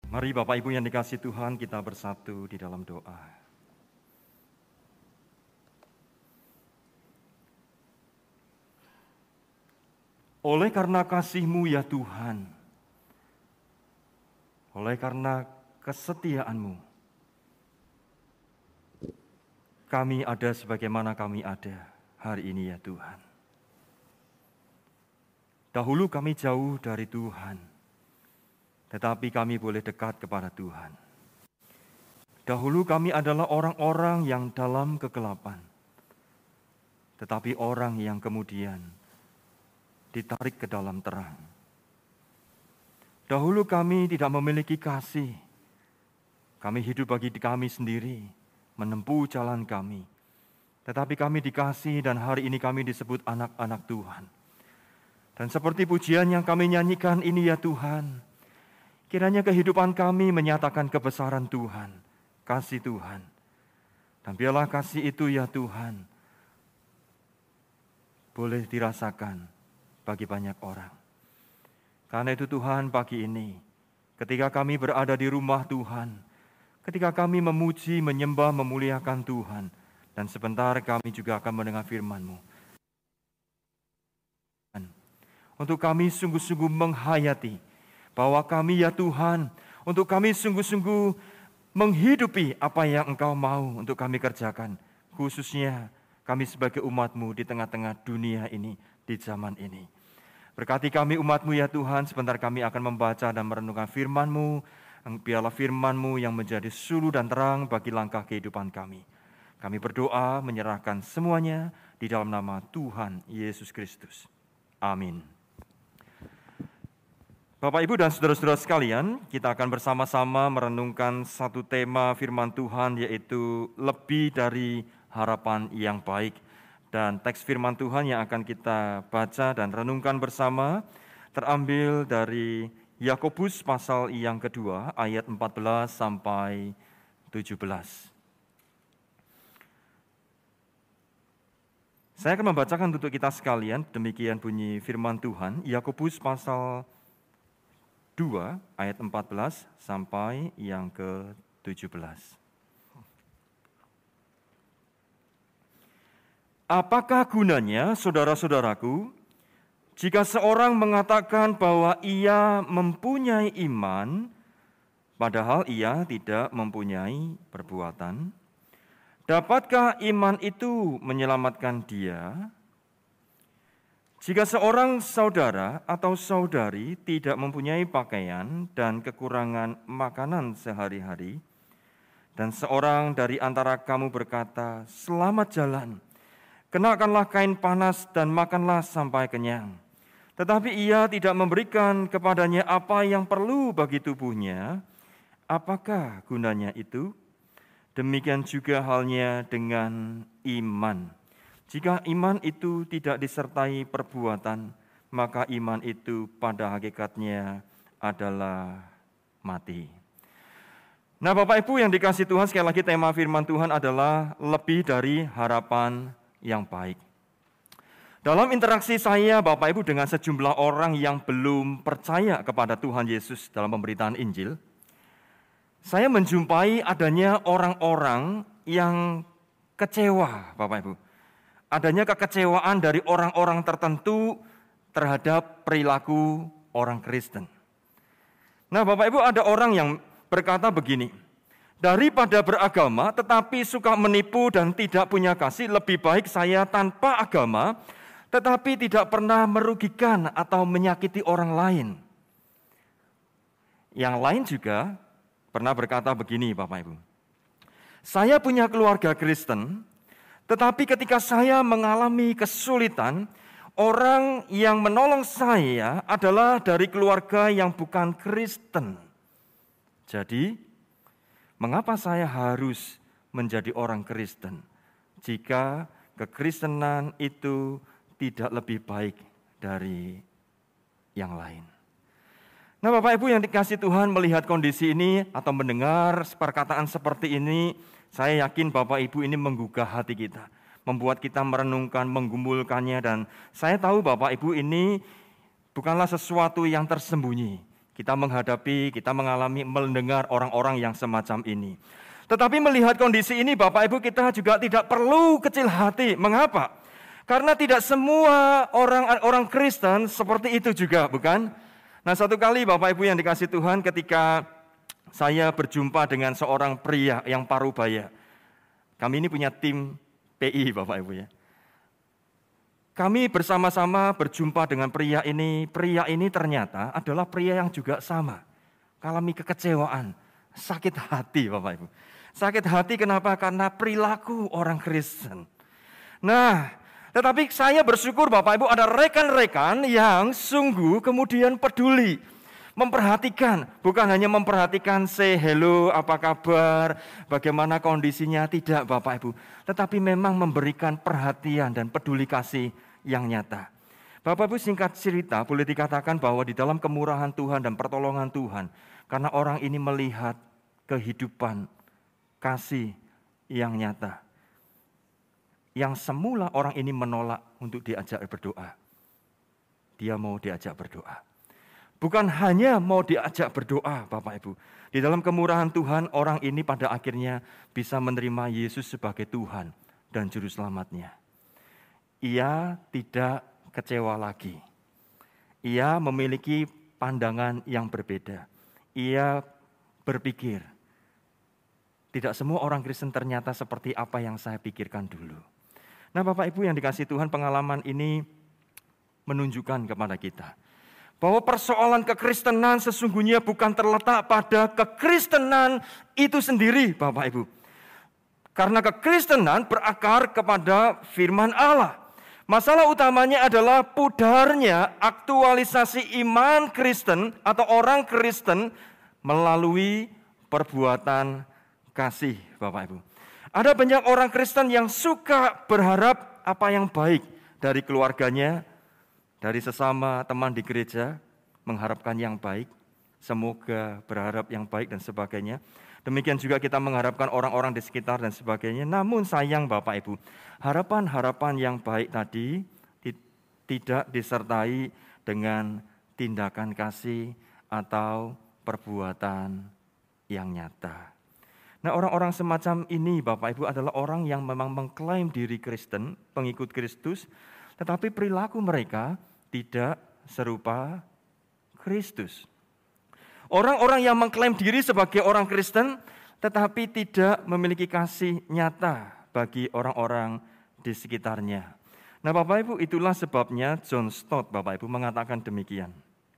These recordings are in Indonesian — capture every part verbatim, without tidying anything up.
Mari Bapak Ibu yang dikasihi Tuhan, kita bersatu di dalam doa. Oleh karena kasih-Mu ya Tuhan, oleh karena kesetiaan-Mu, kami ada sebagaimana kami ada hari ini ya Tuhan. Dahulu kami jauh dari Tuhan, tetapi kami boleh dekat kepada Tuhan. Dahulu kami adalah orang-orang yang dalam kegelapan, tetapi orang yang kemudian ditarik ke dalam terang. Dahulu kami tidak memiliki kasih. Kami hidup bagi kami sendiri, menempuh jalan kami. Tetapi kami dikasihi dan hari ini kami disebut anak-anak Tuhan. Dan seperti pujian yang kami nyanyikan ini ya Tuhan, kiranya kehidupan kami menyatakan kebesaran Tuhan, kasih Tuhan. Dan biarlah kasih itu ya Tuhan, boleh dirasakan bagi banyak orang. Karena itu Tuhan, pagi ini, ketika kami berada di rumah Tuhan, ketika kami memuji, menyembah, memuliakan Tuhan, dan sebentar kami juga akan mendengar firman-Mu. Untuk kami sungguh-sungguh menghayati bahwa kami ya Tuhan, untuk kami sungguh-sungguh menghidupi apa yang Engkau mau untuk kami kerjakan. Khususnya kami sebagai umat-Mu di tengah-tengah dunia ini, di zaman ini. Berkati kami umat-Mu ya Tuhan, sebentar kami akan membaca dan merenungkan firman-Mu. Biarlah firman-Mu yang menjadi suluh dan terang bagi langkah kehidupan kami. Kami berdoa menyerahkan semuanya di dalam nama Tuhan Yesus Kristus. Amin. Bapak, Ibu, dan saudara-saudara sekalian, kita akan bersama-sama merenungkan satu tema firman Tuhan, yaitu lebih dari harapan yang baik. Dan teks firman Tuhan yang akan kita baca dan renungkan bersama terambil dari Yakobus pasal yang kedua, ayat empat belas sampai tujuh belas. Saya akan membacakan untuk kita sekalian, demikian bunyi firman Tuhan, Yakobus pasal dua ayat empat belas sampai yang ke tujuh belas. Apakah gunanya, saudara-saudaraku, jika seorang mengatakan bahwa ia mempunyai iman, padahal ia tidak mempunyai perbuatan? Dapatkah iman itu menyelamatkan dia? Jika seorang saudara atau saudari tidak mempunyai pakaian dan kekurangan makanan sehari-hari, dan seorang dari antara kamu berkata, "Selamat jalan, kenakanlah kain panas dan makanlah sampai kenyang," tetapi ia tidak memberikan kepadanya apa yang perlu bagi tubuhnya, apakah gunanya itu? Demikian juga halnya dengan iman. Jika iman itu tidak disertai perbuatan, maka iman itu pada hakikatnya adalah mati. Nah, Bapak Ibu yang dikasihi Tuhan, sekali lagi tema firman Tuhan adalah lebih dari harapan yang baik. Dalam interaksi saya, Bapak Ibu, dengan sejumlah orang yang belum percaya kepada Tuhan Yesus dalam pemberitaan Injil, saya menjumpai adanya orang-orang yang kecewa, Bapak Ibu. Adanya kekecewaan dari orang-orang tertentu terhadap perilaku orang Kristen. Nah, Bapak Ibu, ada orang yang berkata begini, daripada beragama tetapi suka menipu dan tidak punya kasih, lebih baik saya tanpa agama tetapi tidak pernah merugikan atau menyakiti orang lain. Yang lain juga pernah berkata begini, Bapak Ibu, saya punya keluarga Kristen, tetapi ketika saya mengalami kesulitan, orang yang menolong saya adalah dari keluarga yang bukan Kristen. Jadi, mengapa saya harus menjadi orang Kristen jika kekristenan itu tidak lebih baik dari yang lain? Nah, Bapak Ibu yang dikasihi Tuhan, melihat kondisi ini atau mendengar perkataan seperti ini, saya yakin Bapak Ibu ini menggugah hati kita, membuat kita merenungkan, menggumulkannya, dan saya tahu Bapak Ibu ini bukanlah sesuatu yang tersembunyi. Kita menghadapi, kita mengalami, mendengar orang-orang yang semacam ini. Tetapi melihat kondisi ini Bapak Ibu, kita juga tidak perlu kecil hati. Mengapa? Karena tidak semua orang orang Kristen seperti itu juga, bukan? Nah, satu kali Bapak Ibu yang dikasih Tuhan, ketika saya berjumpa dengan seorang pria yang parubaya. Kami ini punya tim P I Bapak Ibu ya. Kami bersama-sama berjumpa dengan pria ini. Pria ini ternyata adalah pria yang juga sama. Mengalami kekecewaan, sakit hati Bapak Ibu. Sakit hati kenapa? Karena perilaku orang Kristen. Nah, tetapi saya bersyukur Bapak Ibu ada rekan-rekan yang sungguh kemudian peduli. Memperhatikan, bukan hanya memperhatikan say hello, apa kabar, bagaimana kondisinya, tidak Bapak Ibu. Tetapi memang memberikan perhatian dan peduli kasih yang nyata. Bapak Ibu, singkat cerita boleh dikatakan bahwa di dalam kemurahan Tuhan dan pertolongan Tuhan, karena orang ini melihat kehidupan kasih yang nyata. Yang semula orang ini menolak untuk diajak berdoa. Dia mau diajak berdoa. Bukan hanya mau diajak berdoa Bapak Ibu. Di dalam kemurahan Tuhan orang ini pada akhirnya bisa menerima Yesus sebagai Tuhan dan Juru Selamatnya. Ia tidak kecewa lagi. Ia memiliki pandangan yang berbeda. Ia berpikir, tidak semua orang Kristen ternyata seperti apa yang saya pikirkan dulu. Nah Bapak Ibu yang dikasih Tuhan, pengalaman ini menunjukkan kepada kita bahwa persoalan kekristenan sesungguhnya bukan terletak pada kekristenan itu sendiri Bapak Ibu. Karena kekristenan berakar kepada firman Allah. Masalah utamanya adalah pudarnya aktualisasi iman Kristen atau orang Kristen melalui perbuatan kasih Bapak Ibu. Ada banyak orang Kristen yang suka berharap apa yang baik dari keluarganya, dari sesama teman di gereja, mengharapkan yang baik, semoga berharap yang baik dan sebagainya. Demikian juga kita mengharapkan orang-orang di sekitar dan sebagainya. Namun sayang Bapak Ibu, harapan-harapan yang baik tadi tidak disertai dengan tindakan kasih atau perbuatan yang nyata. Nah, orang-orang semacam ini Bapak Ibu adalah orang yang memang mengklaim diri Kristen, pengikut Kristus, tetapi perilaku mereka tidak serupa Kristus. Orang-orang yang mengklaim diri sebagai orang Kristen, tetapi tidak memiliki kasih nyata bagi orang-orang di sekitarnya. Nah Bapak Ibu, itulah sebabnya John Stott Bapak Ibu mengatakan demikian.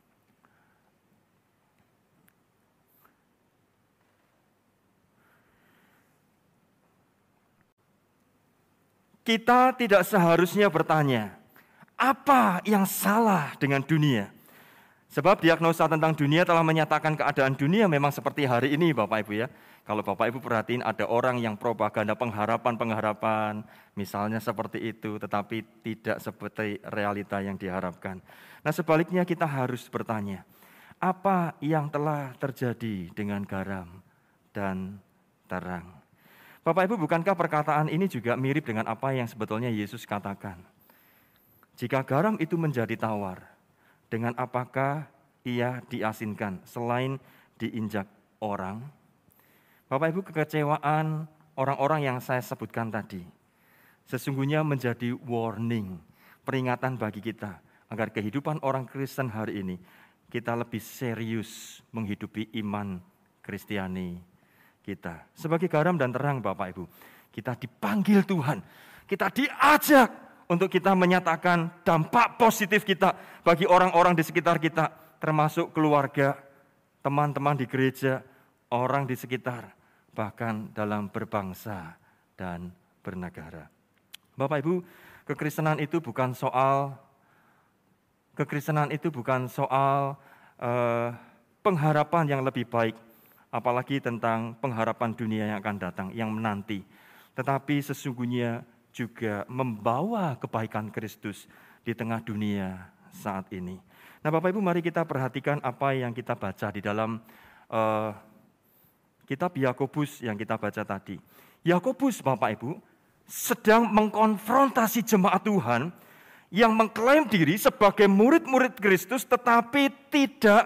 Kita tidak seharusnya bertanya, apa yang salah dengan dunia? Sebab diagnosa tentang dunia telah menyatakan keadaan dunia memang seperti hari ini Bapak Ibu ya. Kalau Bapak Ibu perhatiin ada orang yang propaganda pengharapan-pengharapan, misalnya seperti itu, tetapi tidak seperti realita yang diharapkan. Nah sebaliknya kita harus bertanya, apa yang telah terjadi dengan garam dan terang? Bapak Ibu, bukankah perkataan ini juga mirip dengan apa yang sebetulnya Yesus katakan? Jika garam itu menjadi tawar, dengan apakah ia diasinkan selain diinjak orang? Bapak Ibu, kekecewaan orang-orang yang saya sebutkan tadi sesungguhnya menjadi warning, peringatan bagi kita agar kehidupan orang Kristen hari ini kita lebih serius menghidupi iman Kristiani kita. Sebagai garam dan terang Bapak Ibu, kita dipanggil Tuhan, kita diajak untuk kita menyatakan dampak positif kita bagi orang-orang di sekitar kita, termasuk keluarga, teman-teman di gereja, orang di sekitar, bahkan dalam berbangsa dan bernegara. Bapak Ibu, kekristenan itu bukan soal kekristenan itu bukan soal uh, pengharapan yang lebih baik, apalagi tentang pengharapan dunia yang akan datang, yang menanti. Tetapi sesungguhnya juga membawa kebaikan Kristus di tengah dunia saat ini. Nah Bapak Ibu, mari kita perhatikan apa yang kita baca di dalam uh, kitab Yakobus yang kita baca tadi. Yakobus Bapak Ibu sedang mengkonfrontasi jemaat Tuhan yang mengklaim diri sebagai murid-murid Kristus tetapi tidak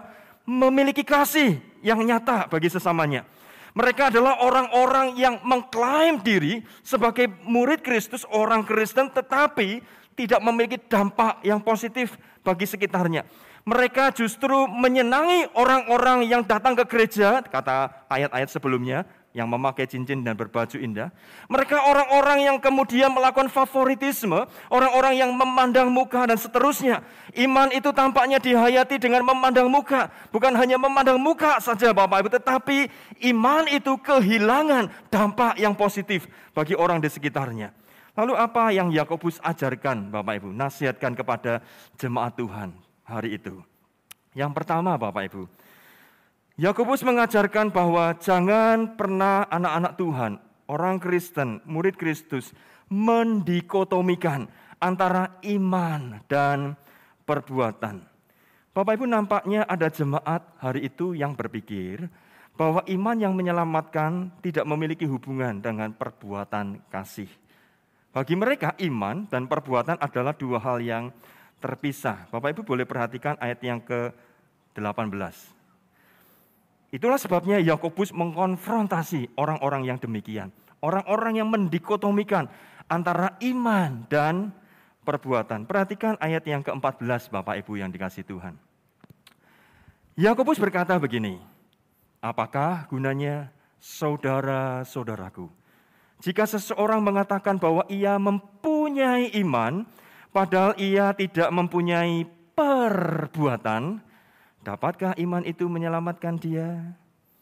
memiliki kasih yang nyata bagi sesamanya. Mereka adalah orang-orang yang mengklaim diri sebagai murid Kristus, orang Kristen, tetapi tidak memiliki dampak yang positif bagi sekitarnya. Mereka justru menyenangi orang-orang yang datang ke gereja, kata ayat-ayat sebelumnya, yang memakai cincin dan berbaju indah. Mereka orang-orang yang kemudian melakukan favoritisme, orang-orang yang memandang muka dan seterusnya. Iman itu tampaknya dihayati dengan memandang muka. Bukan hanya memandang muka saja Bapak Ibu, tetapi iman itu kehilangan dampak yang positif bagi orang di sekitarnya. Lalu apa yang Yakobus ajarkan Bapak Ibu, nasihatkan kepada jemaat Tuhan hari itu? Yang pertama Bapak Ibu, Yakobus mengajarkan bahwa jangan pernah anak-anak Tuhan, orang Kristen, murid Kristus, mendikotomikan antara iman dan perbuatan. Bapak Ibu, nampaknya ada jemaat hari itu yang berpikir bahwa iman yang menyelamatkan tidak memiliki hubungan dengan perbuatan kasih. Bagi mereka iman dan perbuatan adalah dua hal yang terpisah. Bapak Ibu boleh perhatikan ayat yang ke delapan belas. Itulah sebabnya Yakobus mengkonfrontasi orang-orang yang demikian. Orang-orang yang mendikotomikan antara iman dan perbuatan. Perhatikan ayat yang ke empat belas Bapak Ibu yang dikasihi Tuhan. Yakobus berkata begini, apakah gunanya saudara-saudaraku, jika seseorang mengatakan bahwa ia mempunyai iman, padahal ia tidak mempunyai perbuatan, dapatkah iman itu menyelamatkan dia?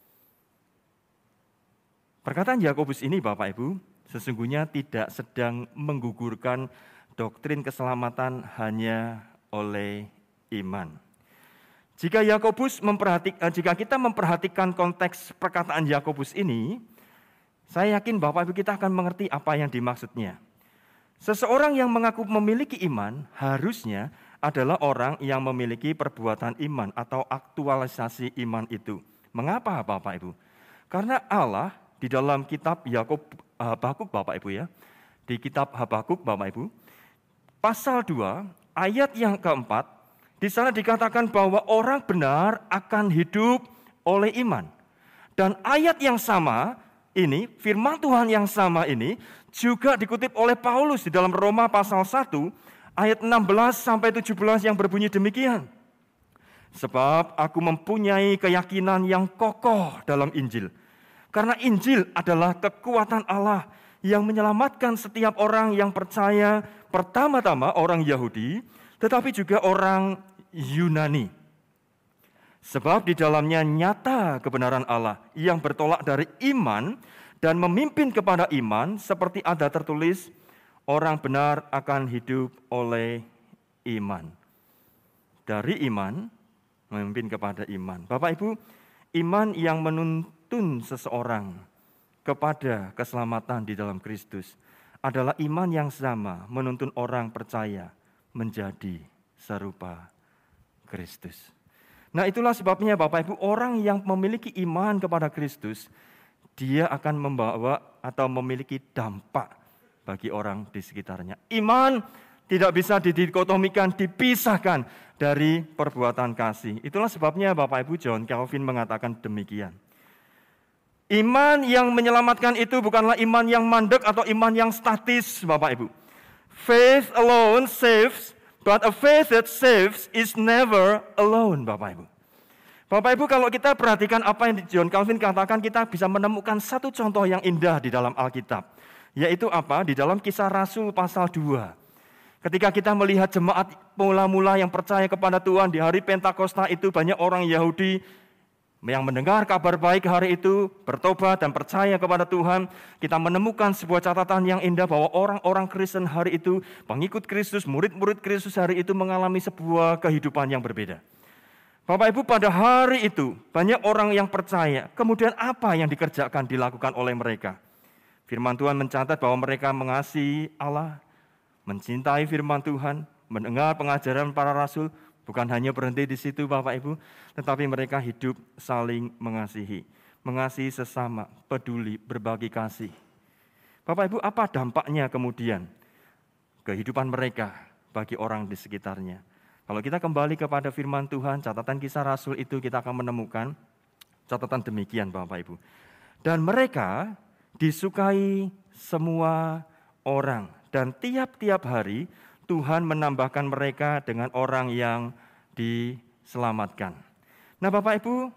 Perkataan Yakobus ini Bapak Ibu, sesungguhnya tidak sedang menggugurkan doktrin keselamatan hanya oleh iman. Jika Yakobus memperhatikan, jika kita memperhatikan konteks perkataan Yakobus ini, saya yakin Bapak Ibu kita akan mengerti apa yang dimaksudnya. Seseorang yang mengaku memiliki iman harusnya adalah orang yang memiliki perbuatan iman atau aktualisasi iman itu. Mengapa Bapak Ibu? Karena Allah di dalam kitab Yakob Habakuk Bapak Ibu ya, di kitab Habakuk Bapak Ibu, pasal dua ayat yang keempat, di sana dikatakan bahwa orang benar akan hidup oleh iman. Dan ayat yang sama ini, firman Tuhan yang sama ini juga dikutip oleh Paulus di dalam Roma pasal satu ayat enam belas sampai tujuh belas yang berbunyi demikian. Sebab aku mempunyai keyakinan yang kokoh dalam Injil. Karena Injil adalah kekuatan Allah yang menyelamatkan setiap orang yang percaya, pertama-tama orang Yahudi, tetapi juga orang Yunani. Sebab di dalamnya nyata kebenaran Allah yang bertolak dari iman dan memimpin kepada iman, seperti ada tertulis, orang benar akan hidup oleh iman. Dari iman, memimpin kepada iman. Bapak Ibu, iman yang menuntun seseorang kepada keselamatan di dalam Kristus adalah iman yang sama menuntun orang percaya menjadi serupa Kristus. Nah itulah sebabnya Bapak Ibu, orang yang memiliki iman kepada Kristus, dia akan membawa atau memiliki dampak bagi orang di sekitarnya. Iman tidak bisa didikotomikan, dipisahkan dari perbuatan kasih. Itulah sebabnya Bapak Ibu, John Calvin mengatakan demikian. Iman yang menyelamatkan itu bukanlah iman yang mandek atau iman yang statis Bapak Ibu. Faith alone saves, but a faith that saves is never alone, Bapak Ibu. Bapak Ibu, kalau kita perhatikan apa yang John Calvin katakan, kita bisa menemukan satu contoh yang indah di dalam Alkitab. Yaitu apa? Di dalam Kisah Rasul pasal dua. Ketika kita melihat jemaat mula-mula yang percaya kepada Tuhan di hari Pentakosta itu, banyak orang Yahudi yang mendengar kabar baik hari itu, bertobat dan percaya kepada Tuhan. Kita menemukan sebuah catatan yang indah bahwa orang-orang Kristen hari itu, pengikut Kristus, murid-murid Kristus hari itu mengalami sebuah kehidupan yang berbeda. Bapak Ibu, pada hari itu banyak orang yang percaya. Kemudian apa yang dikerjakan, dilakukan oleh mereka? Firman Tuhan mencatat bahwa mereka mengasihi Allah, mencintai firman Tuhan, mendengar pengajaran para rasul. Bukan hanya berhenti di situ Bapak Ibu, tetapi mereka hidup saling mengasihi. Mengasihi sesama, peduli, berbagi kasih. Bapak Ibu, apa dampaknya kemudian kehidupan mereka bagi orang di sekitarnya? Kalau kita kembali kepada firman Tuhan, catatan Kisah Rasul itu kita akan menemukan catatan demikian Bapak Ibu. Dan mereka disukai semua orang. Dan tiap-tiap hari Tuhan menambahkan mereka dengan orang yang diselamatkan. Nah Bapak Ibu,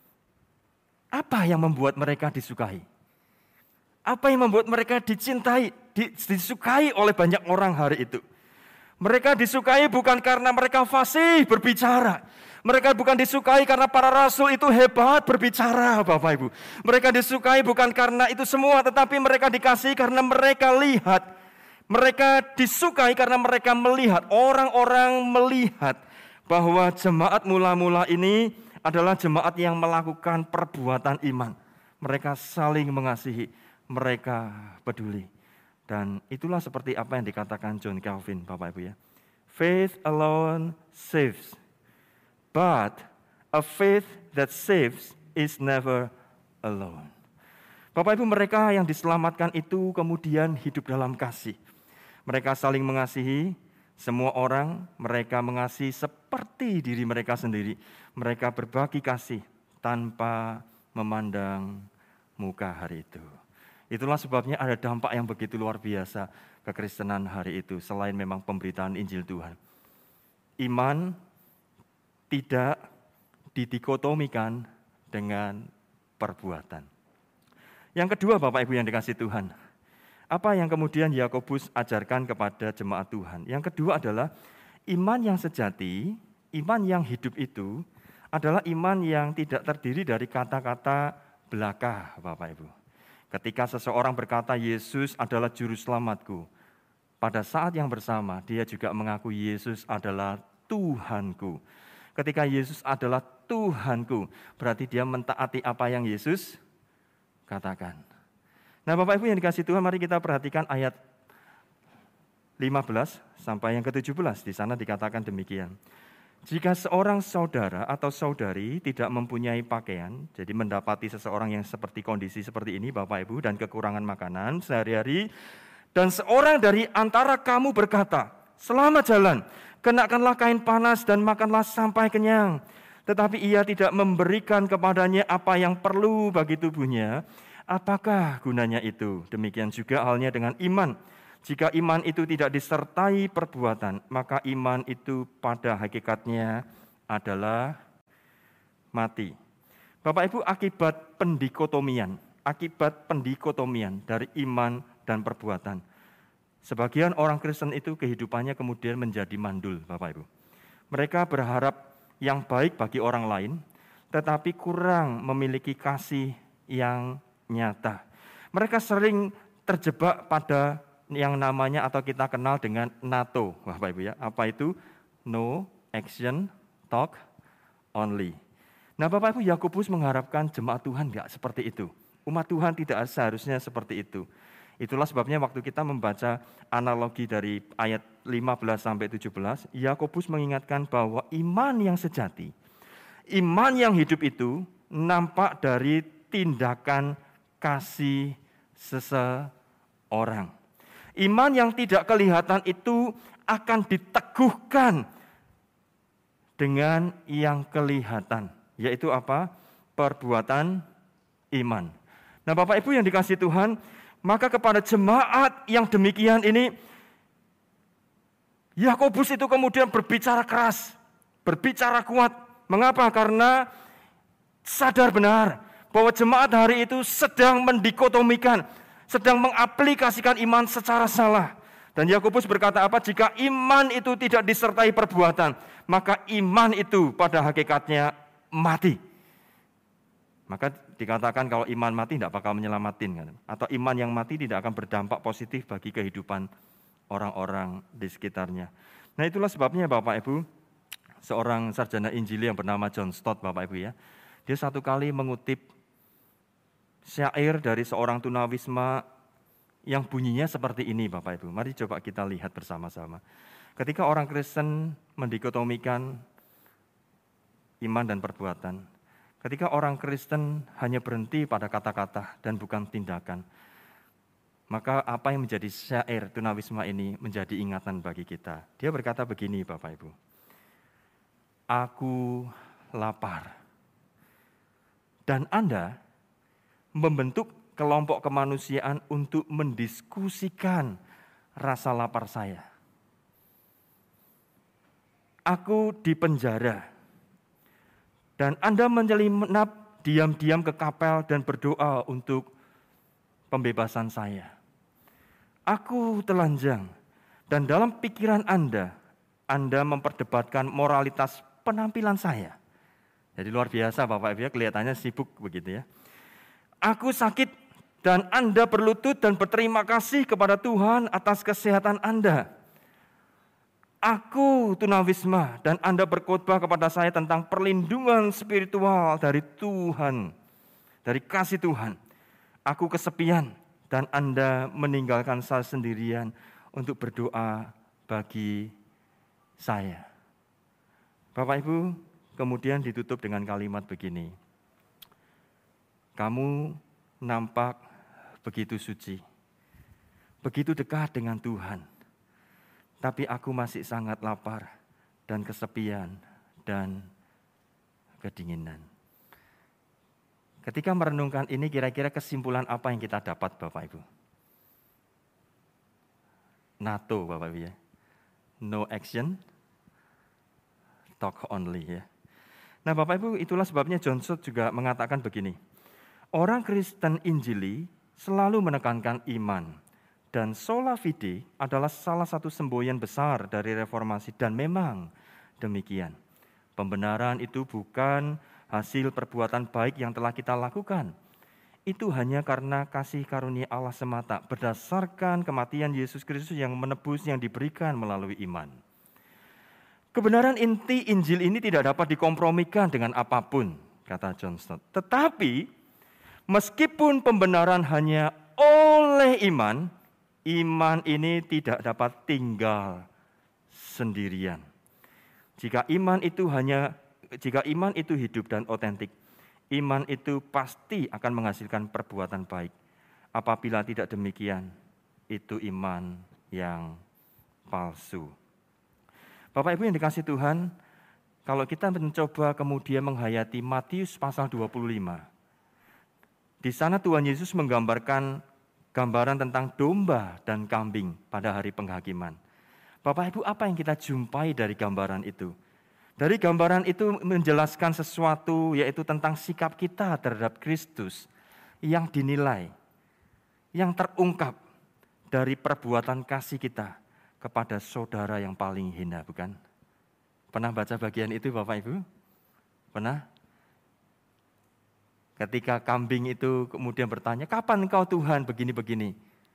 apa yang membuat mereka disukai? Apa yang membuat mereka dicintai, disukai oleh banyak orang hari itu? Mereka disukai bukan karena mereka fasih berbicara. Mereka bukan disukai karena para rasul itu hebat berbicara, Bapak Ibu. Mereka disukai bukan karena itu semua, tetapi mereka dikasihi karena mereka lihat. Mereka disukai karena mereka melihat, orang-orang melihat bahwa jemaat mula-mula ini adalah jemaat yang melakukan perbuatan iman. Mereka saling mengasihi, mereka peduli. Dan itulah seperti apa yang dikatakan John Calvin, Bapak Ibu ya. Faith alone saves, but a faith that saves is never alone. Bapak Ibu, mereka yang diselamatkan itu kemudian hidup dalam kasih. Mereka saling mengasihi semua orang, mereka mengasihi seperti diri mereka sendiri. Mereka berbagi kasih tanpa memandang muka hari itu. Itulah sebabnya ada dampak yang begitu luar biasa kekristenan hari itu, selain memang pemberitaan Injil Tuhan. Iman tidak didikotomikan dengan perbuatan. Yang kedua Bapak Ibu yang dikasihi Tuhan, apa yang kemudian Yakobus ajarkan kepada jemaat Tuhan? Yang kedua adalah iman yang sejati, iman yang hidup itu adalah iman yang tidak terdiri dari kata-kata belaka, Bapak Ibu. Ketika seseorang berkata Yesus adalah juru selamatku, pada saat yang bersama dia juga mengaku Yesus adalah Tuhanku. Ketika Yesus adalah Tuhanku, berarti dia mentaati apa yang Yesus katakan. Nah Bapak Ibu yang dikasihi Tuhan, mari kita perhatikan ayat lima belas sampai yang ke tujuh belas. Di sana dikatakan demikian. Jika seorang saudara atau saudari tidak mempunyai pakaian, jadi mendapati seseorang yang seperti kondisi seperti ini Bapak Ibu dan kekurangan makanan sehari-hari, dan seorang dari antara kamu berkata, selamat jalan, kenakanlah kain panas dan makanlah sampai kenyang. Tetapi ia tidak memberikan kepadanya apa yang perlu bagi tubuhnya, apakah gunanya itu? Demikian juga halnya dengan iman. Jika iman itu tidak disertai perbuatan, maka iman itu pada hakikatnya adalah mati. Bapak Ibu, akibat pendikotomian, akibat pendikotomian dari iman dan perbuatan, sebagian orang Kristen itu kehidupannya kemudian menjadi mandul, Bapak Ibu. Mereka berharap yang baik bagi orang lain, tetapi kurang memiliki kasih yang nyata. Mereka sering terjebak pada yang namanya atau kita kenal dengan NATO, Bapak Ibu ya. Apa itu? No action, talk only. Nah Bapak Ibu, Yakobus mengharapkan jemaat Tuhan enggak seperti itu. Umat Tuhan tidak seharusnya seperti itu. Itulah sebabnya waktu kita membaca analogi dari ayat lima belas sampai tujuh belas, Yakobus mengingatkan bahwa iman yang sejati, iman yang hidup itu nampak dari tindakan kasih seseorang. Iman yang tidak kelihatan itu akan diteguhkan dengan yang kelihatan, yaitu apa? Perbuatan iman. Nah Bapak Ibu yang dikasihi Tuhan, maka kepada jemaat yang demikian ini, Yakobus itu kemudian berbicara keras, berbicara kuat. Mengapa? Karena sadar benar bahwa jemaat hari itu sedang mendikotomikan, sedang mengaplikasikan iman secara salah. Dan Yakobus berkata apa? Jika iman itu tidak disertai perbuatan, maka iman itu pada hakikatnya mati. Maka dikatakan kalau iman mati tidak bakal menyelamatin, kan? Atau iman yang mati tidak akan berdampak positif bagi kehidupan orang-orang di sekitarnya. Nah itulah sebabnya Bapak Ibu, seorang sarjana Injili yang bernama John Stott, Bapak Ibu ya, dia satu kali mengutip syair dari seorang tunawisma yang bunyinya seperti ini Bapak Ibu. Mari coba kita lihat bersama-sama. Ketika orang Kristen mendikotomikan iman dan perbuatan, ketika orang Kristen hanya berhenti pada kata-kata dan bukan tindakan, maka apa yang menjadi syair tunawisma ini menjadi ingatan bagi kita. Dia berkata begini Bapak Ibu. Aku lapar. Dan Anda membentuk kelompok kemanusiaan untuk mendiskusikan rasa lapar saya. Aku di penjara. Dan Anda menyelinap diam-diam ke kapel dan berdoa untuk pembebasan saya. Aku telanjang. Dan dalam pikiran Anda, Anda memperdebatkan moralitas penampilan saya. Jadi luar biasa Bapak Ibu ya, kelihatannya sibuk begitu ya. Aku sakit dan Anda berlutut dan berterima kasih kepada Tuhan atas kesehatan Anda. Aku tunawisma dan Anda berkhotbah kepada saya tentang perlindungan spiritual dari Tuhan, dari kasih Tuhan. Aku kesepian dan Anda meninggalkan saya sendirian untuk berdoa bagi saya. Bapak Ibu, kemudian ditutup dengan kalimat begini. Kamu nampak begitu suci, begitu dekat dengan Tuhan, tapi aku masih sangat lapar dan kesepian dan kedinginan. Ketika merenungkan ini, kira-kira kesimpulan apa yang kita dapat Bapak Ibu? NATO Bapak Ibu ya, no action, talk only ya. Nah Bapak Ibu, itulah sebabnya John Stott juga mengatakan begini. Orang Kristen Injili selalu menekankan iman. Dan sola fide adalah salah satu semboyan besar dari reformasi. Dan memang demikian. Pembenaran itu bukan hasil perbuatan baik yang telah kita lakukan. Itu hanya karena kasih karunia Allah semata. Berdasarkan kematian Yesus Kristus yang menebus yang diberikan melalui iman. Kebenaran inti Injil ini tidak dapat dikompromikan dengan apapun, kata John Stott. Tetapi, meskipun pembenaran hanya oleh iman, iman ini tidak dapat tinggal sendirian. Jika iman itu hanya, jika iman itu hidup dan otentik, iman itu pasti akan menghasilkan perbuatan baik. Apabila tidak demikian, itu iman yang palsu. Bapak Ibu yang dikasih Tuhan, kalau kita mencoba kemudian menghayati Matius pasal dua puluh lima, di sana Tuhan Yesus menggambarkan gambaran tentang domba dan kambing pada hari penghakiman. Bapak Ibu, apa yang kita jumpai dari gambaran itu? Dari gambaran itu menjelaskan sesuatu, yaitu tentang sikap kita terhadap Kristus yang dinilai, yang terungkap dari perbuatan kasih kita kepada saudara yang paling hina, bukan? Pernah baca bagian itu Bapak Ibu? Pernah? Ketika kambing itu kemudian bertanya, kapan engkau Tuhan begini-begini?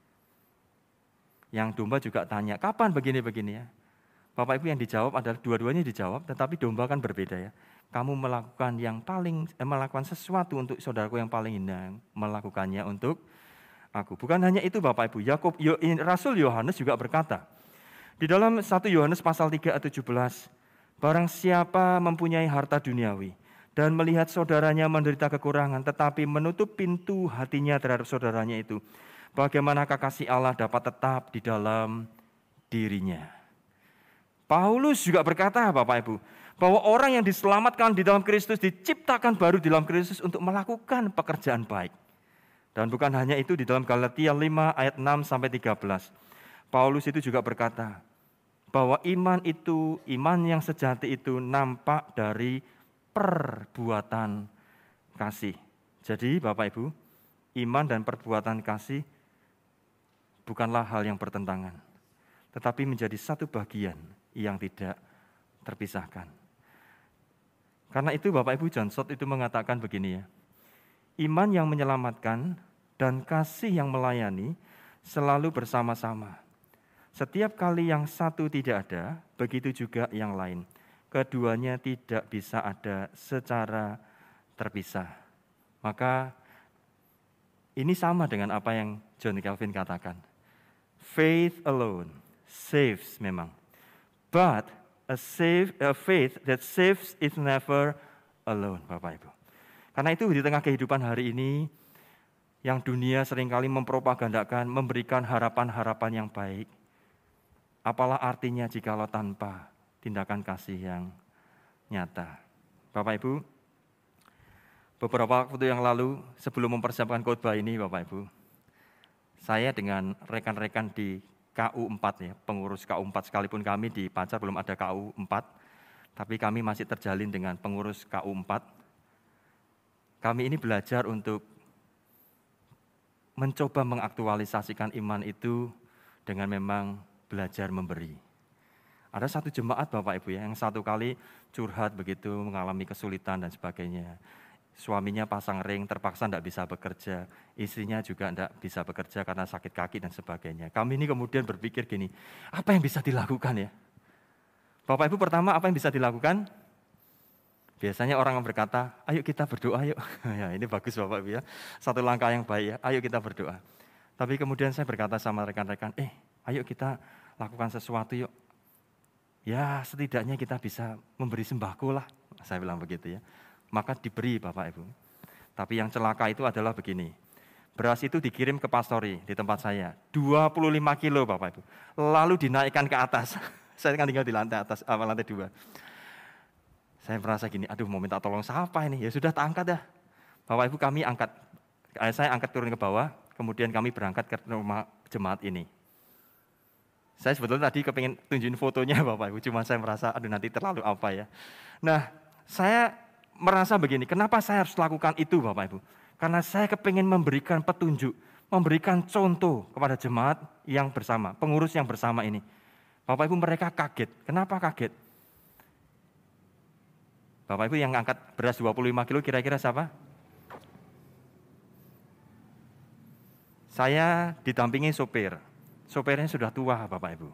Yang domba juga tanya, kapan begini-begini ya? Bapak Ibu yang dijawab adalah dua-duanya dijawab, tetapi domba kan berbeda ya. Kamu melakukan yang paling, eh, melakukan sesuatu untuk saudaraku yang paling hina, melakukannya untuk aku. Bukan hanya itu Bapak Ibu, Yakub, Rasul Yohanes juga berkata, di dalam satu Yohanes pasal tiga ayat tujuh belas, barang siapa mempunyai harta duniawi dan melihat saudaranya menderita kekurangan tetapi menutup pintu hatinya terhadap saudaranya itu, bagaimanakah kasih Allah dapat tetap di dalam dirinya? Paulus juga berkata Bapak Ibu, bahwa orang yang diselamatkan di dalam Kristus diciptakan baru di dalam Kristus untuk melakukan pekerjaan baik. Dan bukan hanya itu, di dalam Galatia lima ayat enam sampai tiga belas, Paulus itu juga berkata, bahwa iman itu, iman yang sejati itu nampak dari perbuatan kasih. Jadi Bapak Ibu, iman dan perbuatan kasih bukanlah hal yang bertentangan, tetapi menjadi satu bagian yang tidak terpisahkan. Karena itu Bapak Ibu, John Stott itu mengatakan begini ya, iman yang menyelamatkan dan kasih yang melayani selalu bersama-sama. Setiap kali yang satu tidak ada, begitu juga yang lain. Keduanya tidak bisa ada secara terpisah. Maka ini sama dengan apa yang John Calvin katakan. Faith alone saves memang. But a, save, a faith that saves is never alone, Bapak Ibu. Karena itu di tengah kehidupan hari ini, yang dunia seringkali mempropagandakan, memberikan harapan-harapan yang baik, apalah artinya jikalau tanpa tindakan kasih yang nyata. Bapak Ibu, beberapa waktu yang lalu sebelum mempersiapkan khotbah ini Bapak Ibu, saya dengan rekan-rekan di K U empat ya, pengurus K U empat, sekalipun kami di Pacar belum ada K U empat, tapi kami masih terjalin dengan pengurus K U empat. Kami ini belajar untuk mencoba mengaktualisasikan iman itu dengan memang belajar memberi. Ada satu jemaat Bapak Ibu ya, yang satu kali curhat begitu, mengalami kesulitan dan sebagainya. Suaminya pasang ring, terpaksa tidak bisa bekerja. Istrinya juga tidak bisa bekerja karena sakit kaki dan sebagainya. Kami ini kemudian berpikir gini, apa yang bisa dilakukan ya? Bapak Ibu, pertama apa yang bisa dilakukan? Biasanya orang berkata, ayo kita berdoa yuk. Ya, ini bagus Bapak Ibu ya, satu langkah yang baik ya, ayo kita berdoa. Tapi kemudian saya berkata sama rekan-rekan, eh ayo kita lakukan sesuatu yuk. Ya setidaknya kita bisa memberi sembako lah, saya bilang begitu ya. Maka diberi Bapak Ibu. Tapi yang celaka itu adalah begini, beras itu dikirim ke pastori di tempat saya, dua puluh lima kilo Bapak Ibu. Lalu dinaikkan ke atas, saya kan tinggal di lantai atas, apa, lantai dua. Saya merasa gini, aduh mau minta tolong siapa ini? Ya sudah, tak angkat dah. Bapak Ibu, kami angkat, saya angkat turun ke bawah, kemudian kami berangkat ke rumah jemaat ini. Saya sebetulnya tadi kepengen tunjukin fotonya Bapak Ibu, cuma saya merasa, aduh nanti terlalu apa ya. Nah, saya merasa begini, kenapa saya harus lakukan itu Bapak Ibu? Karena saya kepengen memberikan petunjuk, memberikan contoh kepada jemaat yang bersama, pengurus yang bersama ini. Bapak Ibu, mereka kaget. Kenapa kaget? Bapak Ibu, yang angkat beras dua puluh lima kilo kira-kira siapa? Saya didampingi sopir. Sopirnya sudah tua Bapak Ibu.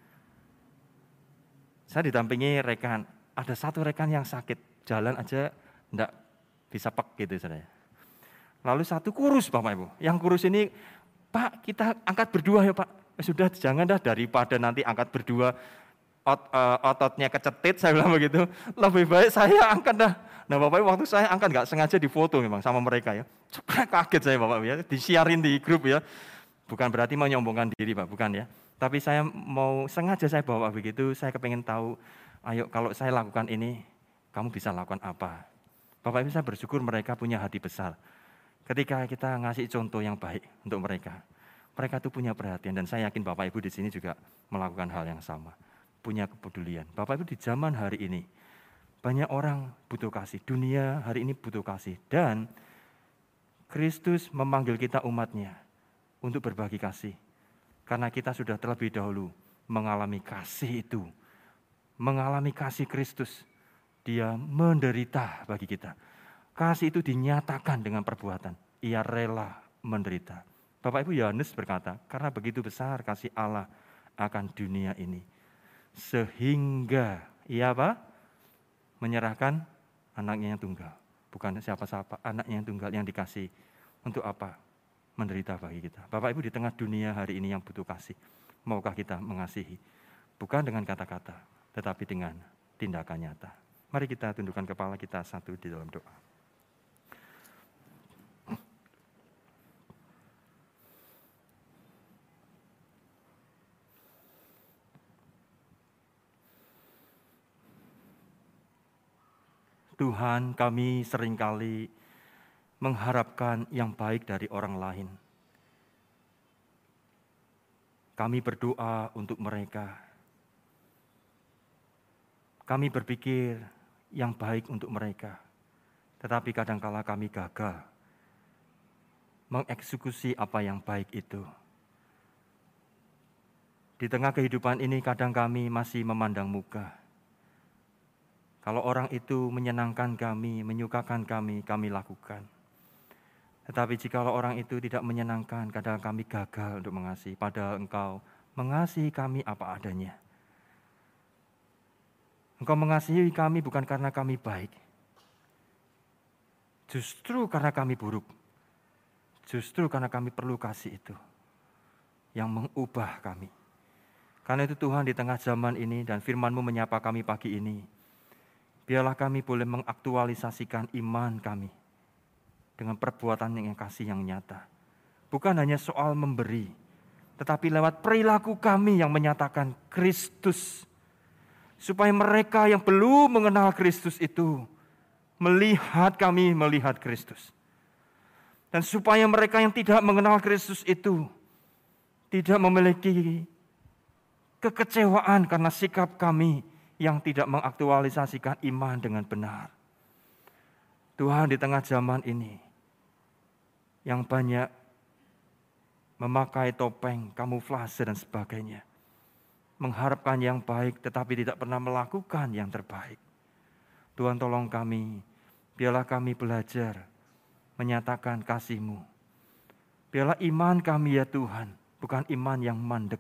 Saya didampingi rekan. Ada satu rekan yang sakit, jalan aja enggak bisa pek gitu saudara. Lalu satu kurus Bapak Ibu. Yang kurus ini, Pak kita angkat berdua ya Pak. Sudah jangan dah, daripada nanti angkat berdua Ot, uh, ototnya kecetit, saya bilang begitu, lebih baik saya angkat dah. Nah Bapak Ibu, waktu saya angkat nggak sengaja difoto memang sama mereka ya. Coba kaget saya Bapak Ibu ya, disiarin di grup ya. Bukan berarti mau menyombongkan diri Pak, bukan ya. Tapi saya mau sengaja saya bawa begitu, saya kepengen tahu, ayo kalau saya lakukan ini, kamu bisa lakukan apa. Bapak Ibu, saya bersyukur mereka punya hati besar. Ketika kita ngasih contoh yang baik untuk mereka, mereka tuh punya perhatian, dan saya yakin Bapak Ibu di sini juga melakukan hal yang sama. Punya kepedulian. Bapak Ibu, di zaman hari ini banyak orang butuh kasih. Dunia hari ini butuh kasih. Dan Kristus memanggil kita umatnya untuk berbagi kasih. Karena kita sudah terlebih dahulu mengalami kasih itu. Mengalami kasih Kristus. Dia menderita bagi kita. Kasih itu dinyatakan dengan perbuatan. Ia rela menderita. Bapak Ibu, Yohanes berkata, karena begitu besar kasih Allah akan dunia ini. Sehingga ia apa? Menyerahkan anaknya yang tunggal. Bukan siapa-siapa, anaknya yang tunggal yang dikasih. Untuk apa? Menderita bagi kita. Bapak Ibu, di tengah dunia hari ini yang butuh kasih, maukah kita mengasihi? Bukan dengan kata-kata, tetapi dengan tindakan nyata. Mari kita tundukkan kepala kita satu di dalam doa. Tuhan, kami seringkali mengharapkan yang baik dari orang lain. Kami berdoa untuk mereka. Kami berpikir yang baik untuk mereka. Tetapi kadangkala kami gagal mengeksekusi apa yang baik itu. Di tengah kehidupan ini kadang kami masih memandang muka. Kalau orang itu menyenangkan kami, menyukakan kami, kami lakukan. Tetapi jika orang itu tidak menyenangkan, kadang kami gagal untuk mengasihi. Padahal Engkau mengasihi kami apa adanya. Engkau mengasihi kami bukan karena kami baik. Justru karena kami buruk. Justru karena kami perlu kasih itu. Yang mengubah kami. Karena itu Tuhan, di tengah zaman ini dan firman-Mu menyapa kami pagi ini, biarlah kami boleh mengaktualisasikan iman kami dengan perbuatan yang kasih yang nyata. Bukan hanya soal memberi, tetapi lewat perilaku kami yang menyatakan Kristus. supaya mereka yang belum mengenal Kristus itu melihat kami melihat Kristus. Dan supaya mereka yang tidak mengenal Kristus itu tidak memiliki kekecewaan karena sikap kami yang tidak mengaktualisasikan iman dengan benar. Tuhan, di tengah zaman ini yang banyak memakai topeng, kamuflase dan sebagainya, mengharapkan yang baik tetapi tidak pernah melakukan yang terbaik. Tuhan, tolong kami, biarlah kami belajar menyatakan kasih-Mu. Biarlah iman kami ya Tuhan, bukan iman yang mandek.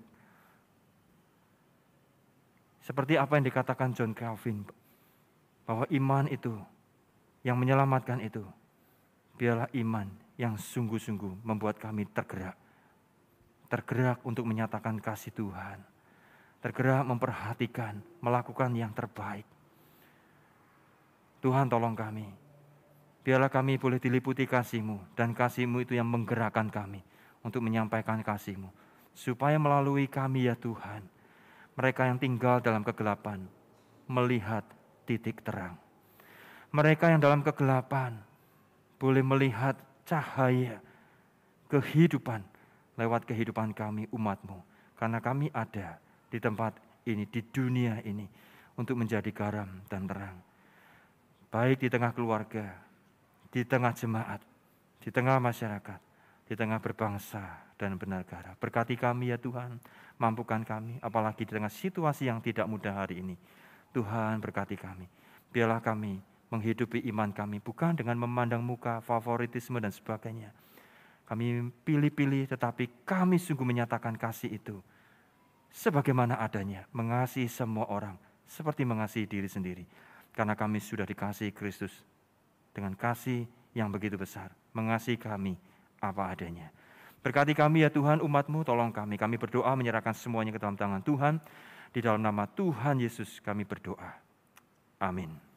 Seperti apa yang dikatakan John Calvin, bahwa iman itu, yang menyelamatkan itu, biarlah iman yang sungguh-sungguh membuat kami tergerak. Tergerak untuk menyatakan kasih Tuhan. Tergerak memperhatikan, melakukan yang terbaik. Tuhan, tolong kami. Biarlah kami boleh diliputi kasih-Mu, dan kasih-Mu itu yang menggerakkan kami untuk menyampaikan kasih-Mu. Supaya melalui kami ya Tuhan, mereka yang tinggal dalam kegelapan melihat titik terang. Mereka yang dalam kegelapan boleh melihat cahaya kehidupan lewat kehidupan kami umat-Mu. Karena kami ada di tempat ini, di dunia ini, untuk menjadi garam dan terang. Baik di tengah keluarga, di tengah jemaat, di tengah masyarakat, di tengah berbangsa dan bernegara. Berkati kami ya Tuhan, mampukan kami, apalagi di tengah situasi yang tidak mudah hari ini. Tuhan, berkati kami. Biarlah kami menghidupi iman kami, bukan dengan memandang muka, favoritisme dan sebagainya. Kami pilih-pilih, tetapi kami sungguh menyatakan kasih itu sebagaimana adanya, mengasihi semua orang seperti mengasihi diri sendiri. Karena kami sudah dikasihi Kristus dengan kasih yang begitu besar, mengasihi kami apa adanya. Berkati kami ya Tuhan, umat-Mu, tolong kami. Kami berdoa menyerahkan semuanya ke dalam tangan Tuhan. Di dalam nama Tuhan Yesus kami berdoa. Amin.